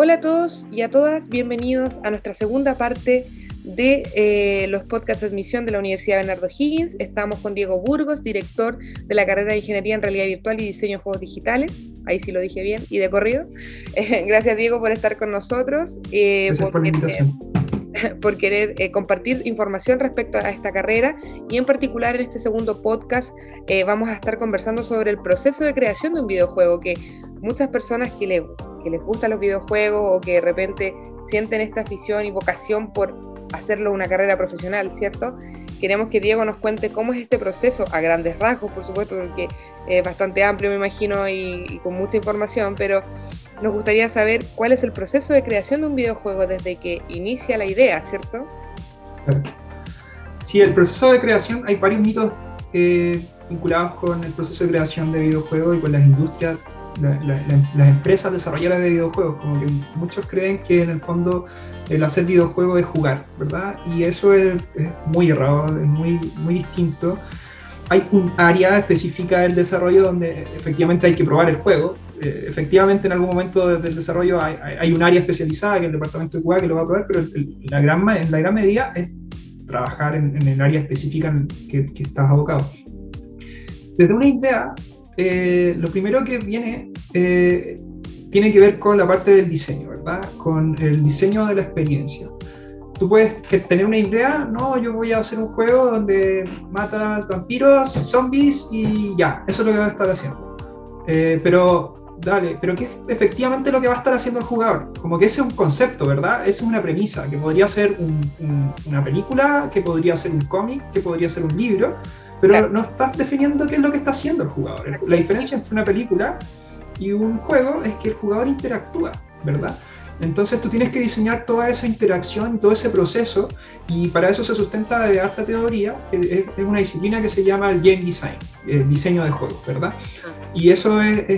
Hola a todos y a todas, bienvenidos a nuestra segunda parte de los podcasts de admisión de la Universidad Bernardo Higgins. Estamos con Diego Burgos, director de la carrera de Ingeniería en Realidad Virtual y Diseño de Juegos Digitales. Ahí sí lo dije bien y de corrido. Gracias, Diego, por estar con nosotros. Gracias por la invitación. Por querer compartir información respecto a esta carrera, y en particular en este segundo podcast vamos a estar conversando sobre el proceso de creación de un videojuego, que muchas personas que les gustan los videojuegos o que de repente sienten esta afición y vocación por hacerlo una carrera profesional, ¿cierto? Queremos que Diego nos cuente cómo es este proceso, a grandes rasgos, por supuesto, porque es bastante amplio, me imagino, y con mucha información, pero nos gustaría saber cuál es el proceso de creación de un videojuego desde que inicia la idea, ¿cierto? Sí, el proceso de creación, hay varios mitos vinculados con el proceso de creación de videojuegos y con las industrias, las empresas desarrolladoras de videojuegos, como que muchos creen que en el fondo el hacer videojuegos es jugar, ¿verdad? Y eso es muy errado, es muy distinto. Hay un área específica del desarrollo donde efectivamente hay que probar el juego. Efectivamente, en algún momento del desarrollo hay un área especializada, que es el departamento de QA, que lo va a probar, pero en la gran medida es trabajar en el área específica en que estás abocado. Desde una idea, lo primero que viene tiene que ver con la parte del diseño, ¿verdad? Con el diseño de la experiencia. Tú puedes tener una idea, no, yo voy a hacer un juego donde matas vampiros, zombies y ya, eso es lo que va a estar haciendo. Pero ¿qué es efectivamente lo que va a estar haciendo el jugador? Como que ese es un concepto, ¿verdad? Esa es una premisa, que podría ser una película, que podría ser un cómic, que podría ser un libro, pero claro, no estás definiendo qué es lo que está haciendo el jugador. La diferencia entre una película y un juego es que el jugador interactúa, ¿verdad? Entonces tú tienes que diseñar toda esa interacción, todo ese proceso, y para eso se sustenta de harta teoría, que es una disciplina que se llama el game design, el diseño de juegos, ¿verdad? Y eso es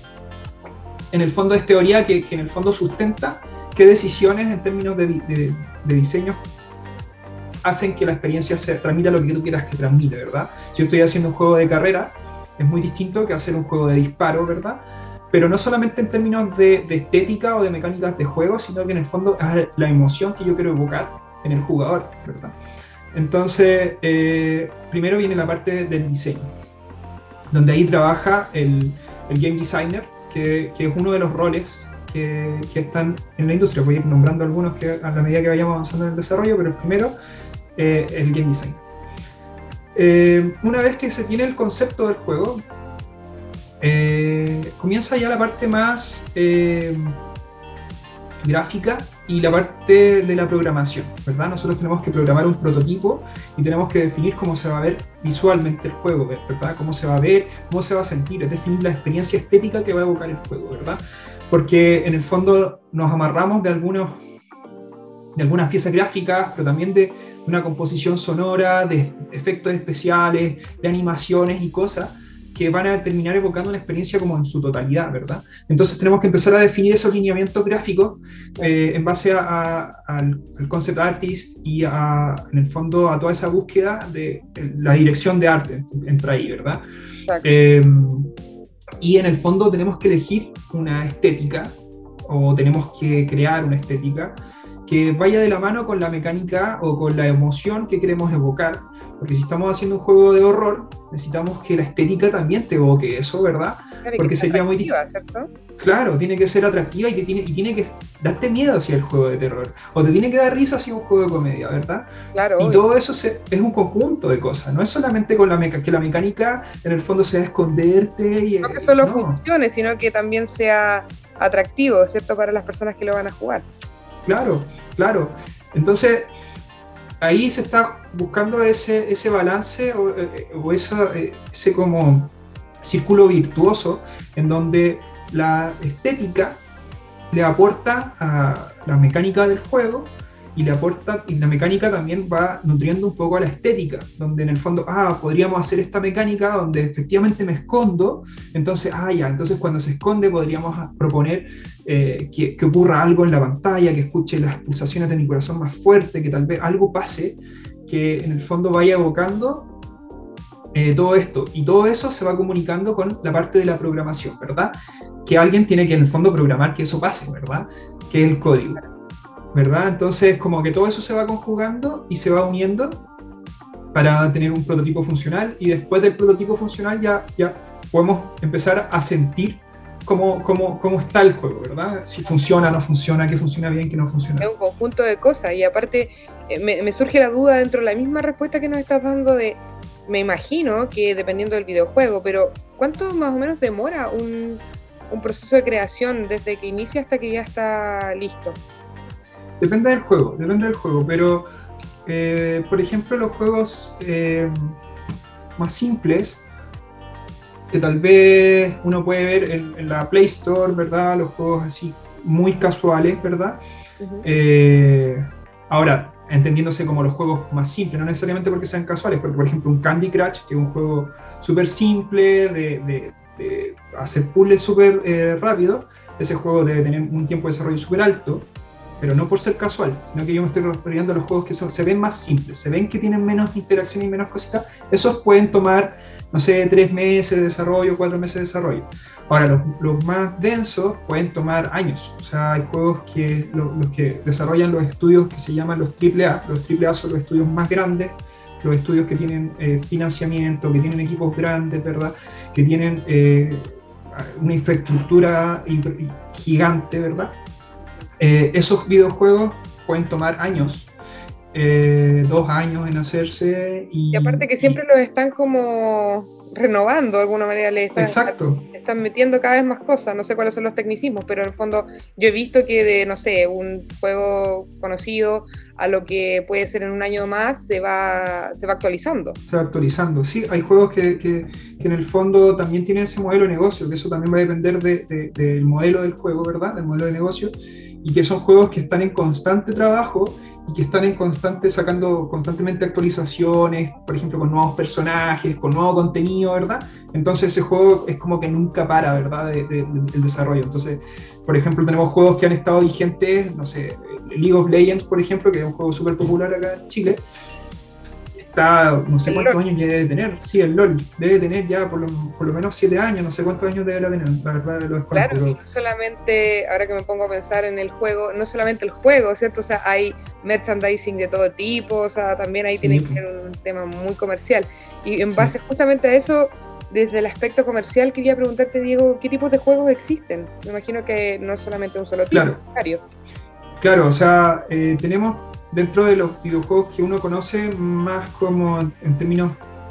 en el fondo es teoría que en el fondo sustenta qué decisiones en términos de diseño hacen que la experiencia se transmita lo que tú quieras que transmite, ¿verdad? Si yo estoy haciendo un juego de carrera, es muy distinto que hacer un juego de disparo, ¿verdad? Pero no solamente en términos de estética o de mecánicas de juego, sino que en el fondo es la emoción que yo quiero evocar en el jugador, ¿verdad? Entonces, primero viene la parte del diseño, donde ahí trabaja el game designer, que es uno de los roles que están en la industria. Voy a ir nombrando algunos que a la medida que vayamos avanzando en el desarrollo, pero el primero es el game design. Una vez que se tiene el concepto del juego, comienza ya la parte más gráfica y la parte de la programación, ¿verdad? Nosotros tenemos que programar un prototipo y tenemos que definir cómo se va a ver visualmente el juego, ¿verdad? Cómo se va a ver, cómo se va a sentir, es definir la experiencia estética que va a evocar el juego, ¿verdad? Porque en el fondo nos amarramos de algunas piezas gráficas, pero también de una composición sonora, de efectos especiales, de animaciones y cosas que van a terminar evocando una experiencia como en su totalidad, ¿verdad? Entonces tenemos que empezar a definir esos lineamientos gráficos en base al concept artist y en el fondo a toda esa búsqueda de la dirección de arte, entra ahí, ¿verdad? Y en el fondo tenemos que elegir una estética, o tenemos que crear una estética que vaya de la mano con la mecánica o con la emoción que queremos evocar, porque si estamos haciendo un juego de horror, necesitamos que la estética también te evoque eso, ¿verdad? Claro, porque sería muy ¿cierto? Claro, tiene que ser atractiva y tiene que darte miedo hacia el juego de terror, o te tiene que dar risa hacia un juego de comedia, ¿verdad? Claro, y todo eso es un conjunto de cosas, no es solamente con que la mecánica en el fondo sea esconderte y no que solo funcione, sino que también sea atractivo, ¿cierto? Para las personas que lo van a jugar. Claro. Entonces, ahí se está buscando ese balance o ese como círculo virtuoso en donde la estética le aporta a la mecánica del juego y la mecánica también va nutriendo un poco a la estética, donde en el fondo, podríamos hacer esta mecánica donde efectivamente me escondo, entonces cuando se esconde podríamos proponer que ocurra algo en la pantalla, que escuche las pulsaciones de mi corazón más fuerte, que tal vez algo pase, que en el fondo vaya evocando todo esto. Y todo eso se va comunicando con la parte de la programación, ¿verdad? Que alguien tiene que en el fondo programar que eso pase, ¿verdad? Que es el código, ¿verdad? Entonces como que todo eso se va conjugando y se va uniendo para tener un prototipo funcional, y después del prototipo funcional ya podemos empezar a sentir cómo está el juego, ¿verdad? Si funciona, no funciona, qué funciona bien, qué no funciona. Es un conjunto de cosas, y aparte me surge la duda dentro de la misma respuesta que nos estás dando de, me imagino que dependiendo del videojuego, pero ¿cuánto más o menos demora un proceso de creación desde que inicia hasta que ya está listo? Depende del juego, pero por ejemplo los juegos más simples, que tal vez uno puede ver en la Play Store, ¿verdad? Los juegos así muy casuales, ¿verdad? Ahora, entendiéndose como los juegos más simples, no necesariamente porque sean casuales, porque por ejemplo un Candy Crush, que es un juego súper simple, de hacer puzzles súper rápido, ese juego debe tener un tiempo de desarrollo súper alto, pero no por ser casual, sino que yo me estoy refiriendo a los juegos que se ven más simples, se ven que tienen menos interacción y menos cositas. Esos pueden tomar, no sé, 3 meses de desarrollo, 4 meses de desarrollo. Ahora, los más densos pueden tomar años. O sea, hay juegos que los que desarrollan los estudios que se llaman los AAA. Los AAA son los estudios más grandes, los estudios que tienen financiamiento, que tienen equipos grandes, ¿verdad? Que tienen una infraestructura gigante, ¿verdad? Esos videojuegos pueden tomar años, 2 años en hacerse. Y aparte que siempre los están como renovando de alguna manera, le están metiendo cada vez más cosas, no sé cuáles son los tecnicismos, pero en el fondo yo he visto que de, no sé, un juego conocido a lo que puede ser en un año más se va actualizando. Se va actualizando, sí, hay juegos que en el fondo también tienen ese modelo de negocio, que eso también va a depender del modelo del juego, ¿verdad? Del modelo de negocio, y que son juegos que están en constante trabajo y que están sacando constantemente actualizaciones, por ejemplo, con nuevos personajes, con nuevo contenido, ¿verdad? Entonces ese juego es como que nunca para, ¿verdad? El desarrollo. Entonces, por ejemplo, tenemos juegos que han estado vigentes, no sé, League of Legends, por ejemplo, que es un juego súper popular acá en Chile. Está, no sé cuántos años ya debe tener, sí, el LOL, debe tener ya por lo menos 7 años, no sé cuántos años debe tener, la verdad lo desconozco. Claro, pero... y no solamente, ahora que me pongo a pensar en el juego, no solamente el juego, ¿cierto? O sea, hay merchandising de todo tipo, o sea, también ahí tiene que ser un tema muy comercial. Y en base justamente a eso, desde el aspecto comercial, quería preguntarte, Diego, ¿qué tipos de juegos existen? Me imagino que no es solamente un solo tipo. Claro, o sea, tenemos dentro de los videojuegos que uno conoce más como en términos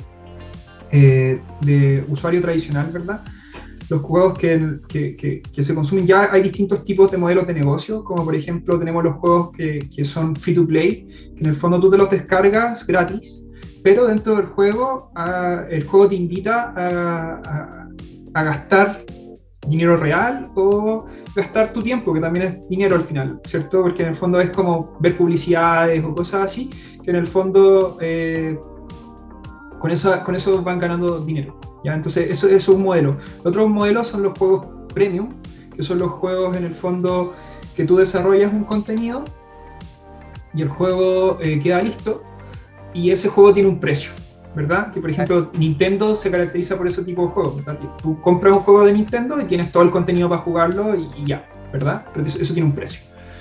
de usuario tradicional, ¿verdad? Los juegos que se consumen, ya hay distintos tipos de modelos de negocio, como por ejemplo tenemos los juegos que son free to play, que en el fondo tú te los descargas gratis, pero dentro del juego el juego te invita a gastar dinero real o gastar tu tiempo, que también es dinero al final, ¿cierto? Porque en el fondo es como ver publicidades o cosas así, que en el fondo con eso van ganando dinero, ¿ya? Entonces eso es un modelo. Otros modelos son los juegos premium, que son los juegos en el fondo que tú desarrollas un contenido y el juego queda listo y ese juego tiene un precio, ¿verdad? Que por ejemplo Nintendo se caracteriza por ese tipo de juegos, ¿verdad? Tú compras un juego de Nintendo y tienes todo el contenido para jugarlo y ya, ¿verdad? Pero eso tiene un precio.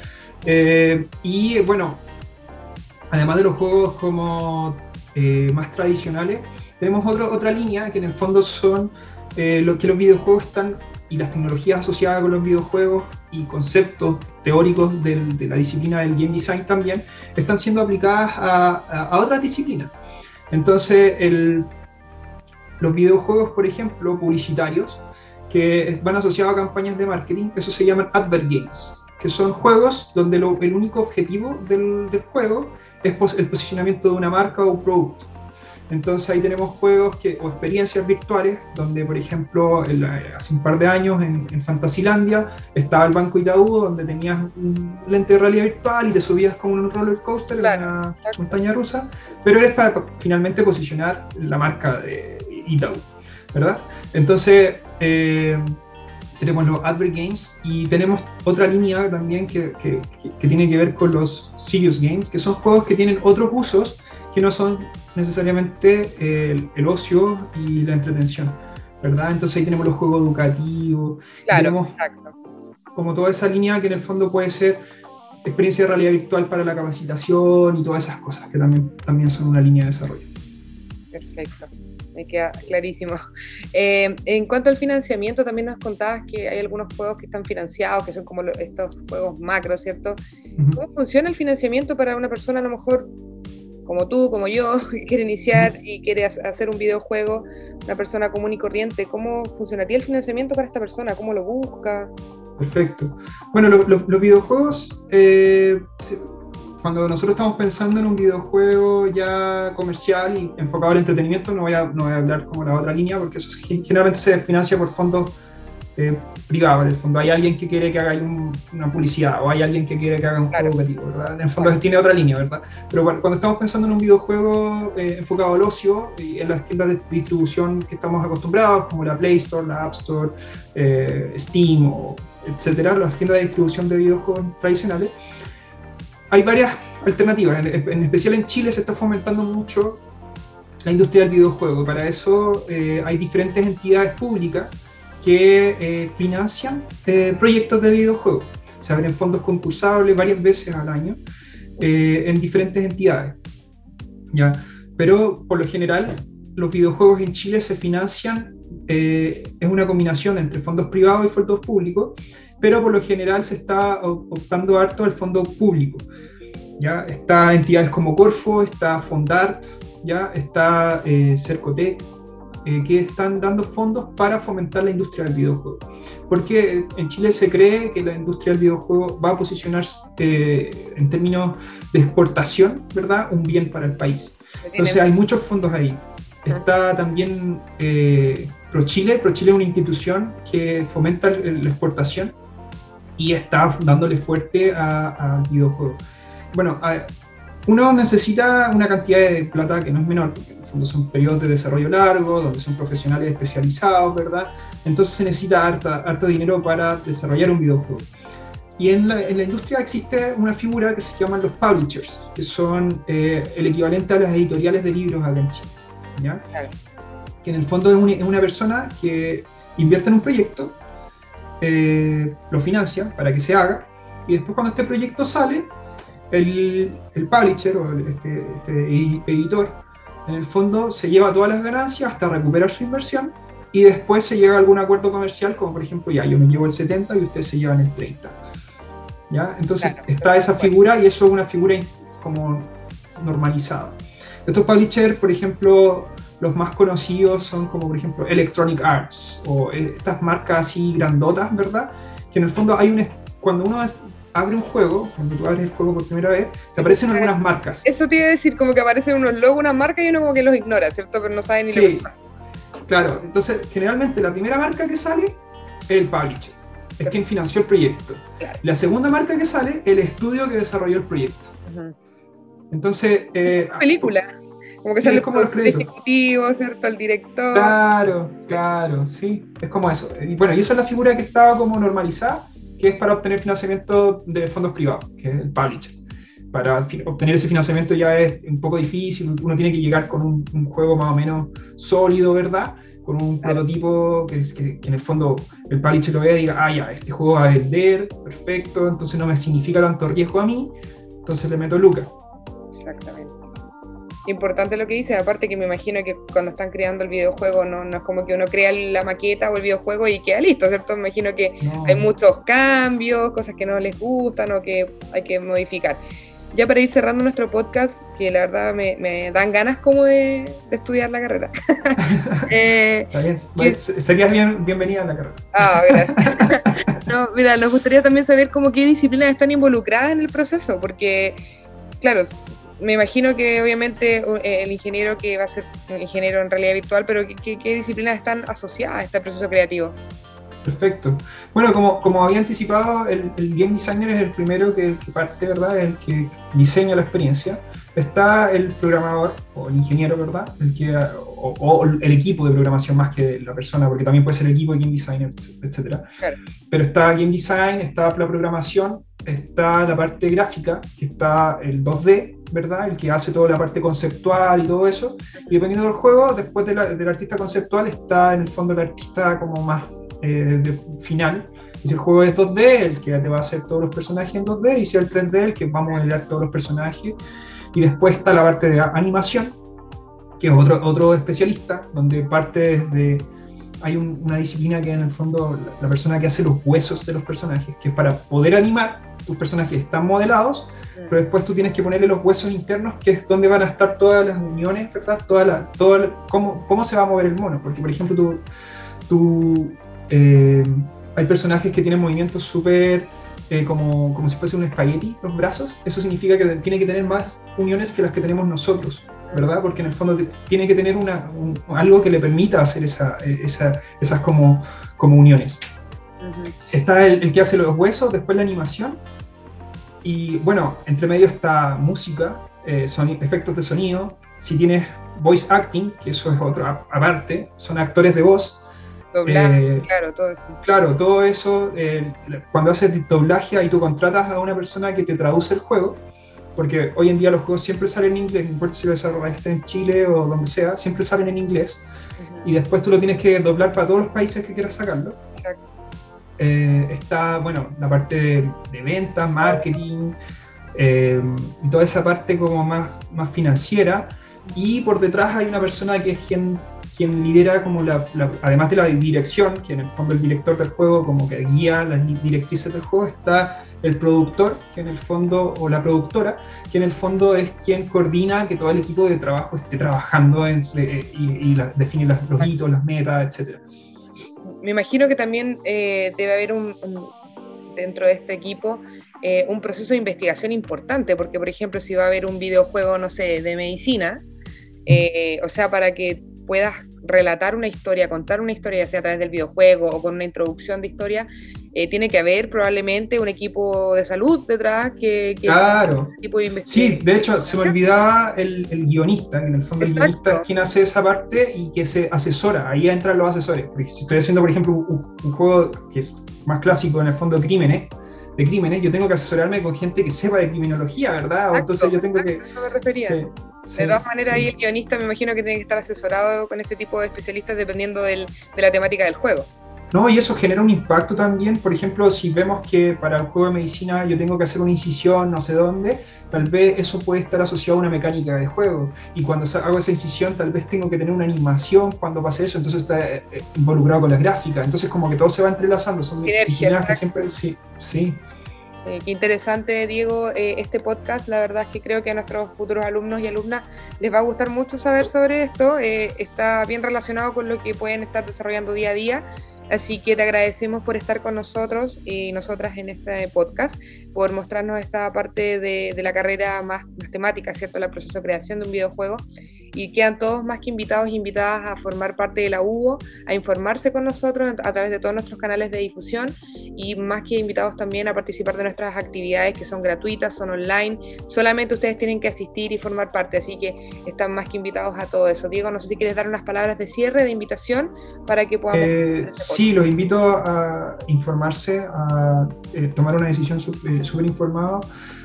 Y bueno, además de los juegos como más tradicionales, tenemos otra línea que en el fondo son lo que los videojuegos están, y las tecnologías asociadas con los videojuegos y conceptos teóricos de la disciplina del game design también están siendo aplicadas a otras disciplinas. Entonces, los videojuegos, por ejemplo, publicitarios, que van asociados a campañas de marketing, eso se llaman advert games, que son juegos donde el único objetivo del juego es el posicionamiento de una marca o un producto. Entonces ahí tenemos juegos o experiencias virtuales, donde por ejemplo hace un par de años en Fantasylandia estaba el Banco Itaú, donde tenías un lente de realidad virtual y te subías como un roller coaster, claro, en una montaña rusa, pero era para finalmente posicionar la marca de Itaú, ¿verdad? Entonces tenemos los advert games y tenemos otra línea también que tiene que ver con los serious games, que son juegos que tienen otros usos que no son necesariamente el ocio y la entretención, ¿verdad? Entonces ahí tenemos los juegos educativos, Claro, tenemos exacto. como toda esa línea que en el fondo puede ser experiencia de realidad virtual para la capacitación y todas esas cosas que también son una línea de desarrollo. Perfecto, me queda clarísimo. En cuanto al financiamiento, también nos contabas que hay algunos juegos que están financiados, que son como estos juegos macro, ¿cierto? Uh-huh. ¿Cómo funciona el financiamiento para una persona a lo mejor como tú, como yo, que quiere iniciar y quiere hacer un videojuego, una persona común y corriente? ¿Cómo funcionaría el financiamiento para esta persona? ¿Cómo lo busca? Perfecto. Bueno, los videojuegos, cuando nosotros estamos pensando en un videojuego ya comercial y enfocado al entretenimiento, no voy a hablar como la otra línea, porque eso generalmente se financia por fondos privados. En el fondo hay alguien que quiere que haga una publicidad, o hay alguien que quiere que haga un juego educativo, ¿verdad? En el fondo tiene otra línea, ¿verdad? Pero cuando estamos pensando en un videojuego enfocado al ocio, y en las tiendas de distribución que estamos acostumbrados, como la Play Store, la App Store, Steam, etcétera, las tiendas de distribución de videojuegos tradicionales, hay varias alternativas. En especial en Chile se está fomentando mucho la industria del videojuego. Para eso hay diferentes entidades públicas que financian proyectos de videojuegos. Se abren fondos concursables varias veces al año en diferentes entidades, ¿ya? Pero por lo general los videojuegos en Chile se financian, es una combinación entre fondos privados y fondos públicos, pero por lo general se está optando harto al fondo público, ¿ya? Está entidades como Corfo, está Fondart, ¿ya? Está Cercotec, que están dando fondos para fomentar la industria del videojuego. Porque en Chile se cree que la industria del videojuego va a posicionarse en términos de exportación, ¿verdad? Un bien para el país. Entonces hay muchos fondos ahí. Está también ProChile. ProChile es una institución que fomenta la exportación y está dándole fuerte al videojuego. Bueno, uno necesita una cantidad de plata que no es menor, porque en el fondo son periodos de desarrollo largos, donde son profesionales especializados, ¿verdad? Entonces se necesita harto dinero para desarrollar un videojuego. Y en la industria existe una figura que se llaman los publishers, que son el equivalente a las editoriales de libros acá en Chile, ¿ya? Claro. Que en el fondo es una persona que invierte en un proyecto, lo financia para que se haga, y después cuando este proyecto sale, el publisher o este editor, en el fondo se lleva todas las ganancias hasta recuperar su inversión, y después se llega a algún acuerdo comercial, como por ejemplo, ya yo me llevo el 70 y ustedes se llevan el 30. ¿Ya? Entonces claro, está esa figura, y eso es una figura como normalizada. Estos publishers, por ejemplo, los más conocidos son como por ejemplo Electronic Arts, o estas marcas así grandotas, ¿verdad? Que en el fondo cuando uno abre un juego, cuando tú abres el juego por primera vez, te aparecen algunas marcas. Eso te iba a decir, como que aparecen unos logos, unas marcas, y uno como que los ignora, ¿cierto? Pero no sabe ni lo que está. Claro, entonces generalmente la primera marca que sale es el publisher, es quien financió el proyecto. Claro. La segunda marca que sale, el estudio que desarrolló el proyecto. Uh-huh. Entonces... película. Como que sale como el ejecutivo, ¿cierto? El director. Claro, sí, es como eso. Y bueno, y esa es la figura que estaba como normalizada, que es para obtener financiamiento de fondos privados, que es el publisher. Para obtener ese financiamiento ya es un poco difícil, uno tiene que llegar con un juego más o menos sólido, ¿verdad? Con un prototipo que en el fondo el publisher lo vea y diga, ya, este juego va a vender, perfecto, entonces no me significa tanto riesgo a mí, entonces le meto lucas. Exactamente. Importante lo que dice, aparte que me imagino que cuando están creando el videojuego no es como que uno crea la maqueta o el videojuego y queda listo, ¿cierto? Me imagino que hay muchos cambios, cosas que no les gustan o que hay que modificar. Ya para ir cerrando nuestro podcast, que la verdad me dan ganas como de estudiar la carrera. Está bien, serías bienvenida a la carrera. Gracias. No, mira, nos gustaría también saber cómo qué disciplinas están involucradas en el proceso, porque, claro, me imagino que obviamente el ingeniero que va a ser un ingeniero en realidad virtual, pero ¿qué disciplinas están asociadas a este proceso creativo? Perfecto. Bueno, como había anticipado, el game designer es el primero que parte, ¿verdad? El que diseña la experiencia. Está el programador o el ingeniero, ¿verdad? O el equipo de programación más que la persona, porque también puede ser el equipo de game designer, etc. Claro. Pero está game design, está la programación, está la parte gráfica, que está el 2D, ¿verdad? El que hace toda la parte conceptual y todo eso. Y dependiendo del juego, después del artista conceptual está en el fondo el artista como más final. Y si el juego es 2D, el que te va a hacer todos los personajes en 2D, y si el 3D, el que va a modelar todos los personajes. Y después está la parte de animación, que es otro especialista, donde parte de... Hay una disciplina que en el fondo la persona que hace los huesos de los personajes, que es para poder animar, tus personajes están modelados, pero después tú tienes que ponerle los huesos internos, que es donde van a estar todas las uniones, ¿verdad? Cómo se va a mover el mono. Porque, por ejemplo, hay personajes que tienen movimientos súper como si fuese un espagueti, los brazos. Eso significa que tiene que tener más uniones que las que tenemos nosotros, ¿verdad? Porque en el fondo tiene que tener algo que le permita hacer esas como uniones. Uh-huh. Está el que hace los huesos, después la animación, y bueno, entre medio está música, efectos de sonido. Si tienes voice acting, que eso es otro aparte, son actores de voz. Doblaje, claro, todo eso. Claro, todo eso, cuando haces doblaje, ahí tú contratas a una persona que te traduce el juego, porque hoy en día los juegos siempre salen en inglés, no importa si lo desarrollaste en Chile o donde sea, siempre salen en inglés, uh-huh. Y después tú lo tienes que doblar para todos los países que quieras sacarlo. Exacto. Está, bueno, la parte de ventas, marketing, y toda esa parte como más financiera, y por detrás hay una persona que es quien lidera como además de la dirección, que en el fondo el director del juego como que guía las directrices del juego, está el productor, que en el fondo, o la productora, que en el fondo es quien coordina que todo el equipo de trabajo esté trabajando y define los hitos, las metas, etc. Me imagino que también debe haber dentro de este equipo un proceso de investigación importante, porque por ejemplo si va a haber un videojuego, no sé, de medicina, o sea, para que puedas relatar una historia, contar una historia, ya sea a través del videojuego o con una introducción de historia, tiene que haber probablemente un equipo de salud detrás que claro. Ese tipo de investigación. Sí, de hecho, se me olvidaba el guionista, que en el fondo Exacto. El guionista es quien hace esa parte y que se asesora, ahí entran los asesores. Porque si estoy haciendo, por ejemplo, un juego que es más clásico, en el fondo de crímenes, yo tengo que asesorarme con gente que sepa de criminología, ¿verdad? Exacto, entonces yo tengo que... Eso me refería. Sí, de todas maneras, ahí el guionista me imagino que tiene que estar asesorado con este tipo de especialistas dependiendo de la temática del juego. No, y eso genera un impacto también. Por ejemplo, si vemos que para el juego de medicina yo tengo que hacer una incisión no sé dónde, tal vez eso puede estar asociado a una mecánica de juego. Y cuando hago esa incisión, tal vez tengo que tener una animación cuando pase eso, entonces está involucrado con las gráficas. Entonces como que todo se va entrelazando. Son disciplinas que siempre... Sí. Sí, qué interesante, Diego, este podcast. La verdad es que creo que a nuestros futuros alumnos y alumnas les va a gustar mucho saber sobre esto. Está bien relacionado con lo que pueden estar desarrollando día a día. Así que te agradecemos por estar con nosotros y nosotras en este podcast, por mostrarnos esta parte de la carrera más temática, ¿cierto? El proceso de creación de un videojuego. Y quedan todos más que invitados e invitadas a formar parte de la UBO, a informarse con nosotros a través de todos nuestros canales de difusión, y más que invitados también a participar de nuestras actividades que son gratuitas, son online. Solamente ustedes tienen que asistir y formar parte, así que están más que invitados a todo eso. Diego, no sé si quieres dar unas palabras de cierre, de invitación, para que podamos... Sí, los invito a informarse, a tomar una decisión súper informada,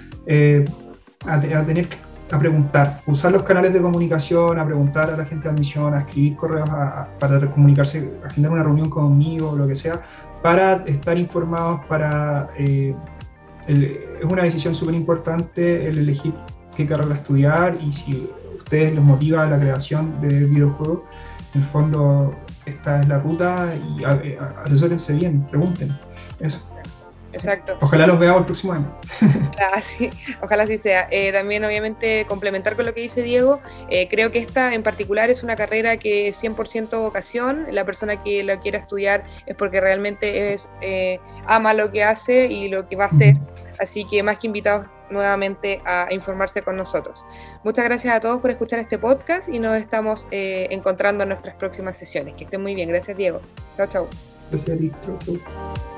a preguntar, usar los canales de comunicación, a preguntar a la gente de admisión, a escribir correos para comunicarse, agendar una reunión conmigo, lo que sea, para estar informados, es una decisión súper importante el elegir qué carrera estudiar, y si a ustedes les motiva la creación de videojuegos, en el fondo esta es la ruta, y asesórense bien, pregunten, eso. Exacto. Ojalá los veamos el próximo año. Sí, ojalá así sea. También, obviamente, complementar con lo que dice Diego, creo que esta en particular es una carrera que es 100% vocación. La persona que la quiera estudiar es porque realmente ama lo que hace y lo que va a hacer. Así que más que invitados nuevamente a informarse con nosotros. Muchas gracias a todos por escuchar este podcast y nos estamos encontrando en nuestras próximas sesiones. Que estén muy bien. Gracias, Diego. Chao, chao. Gracias, Eric. Chao, chao.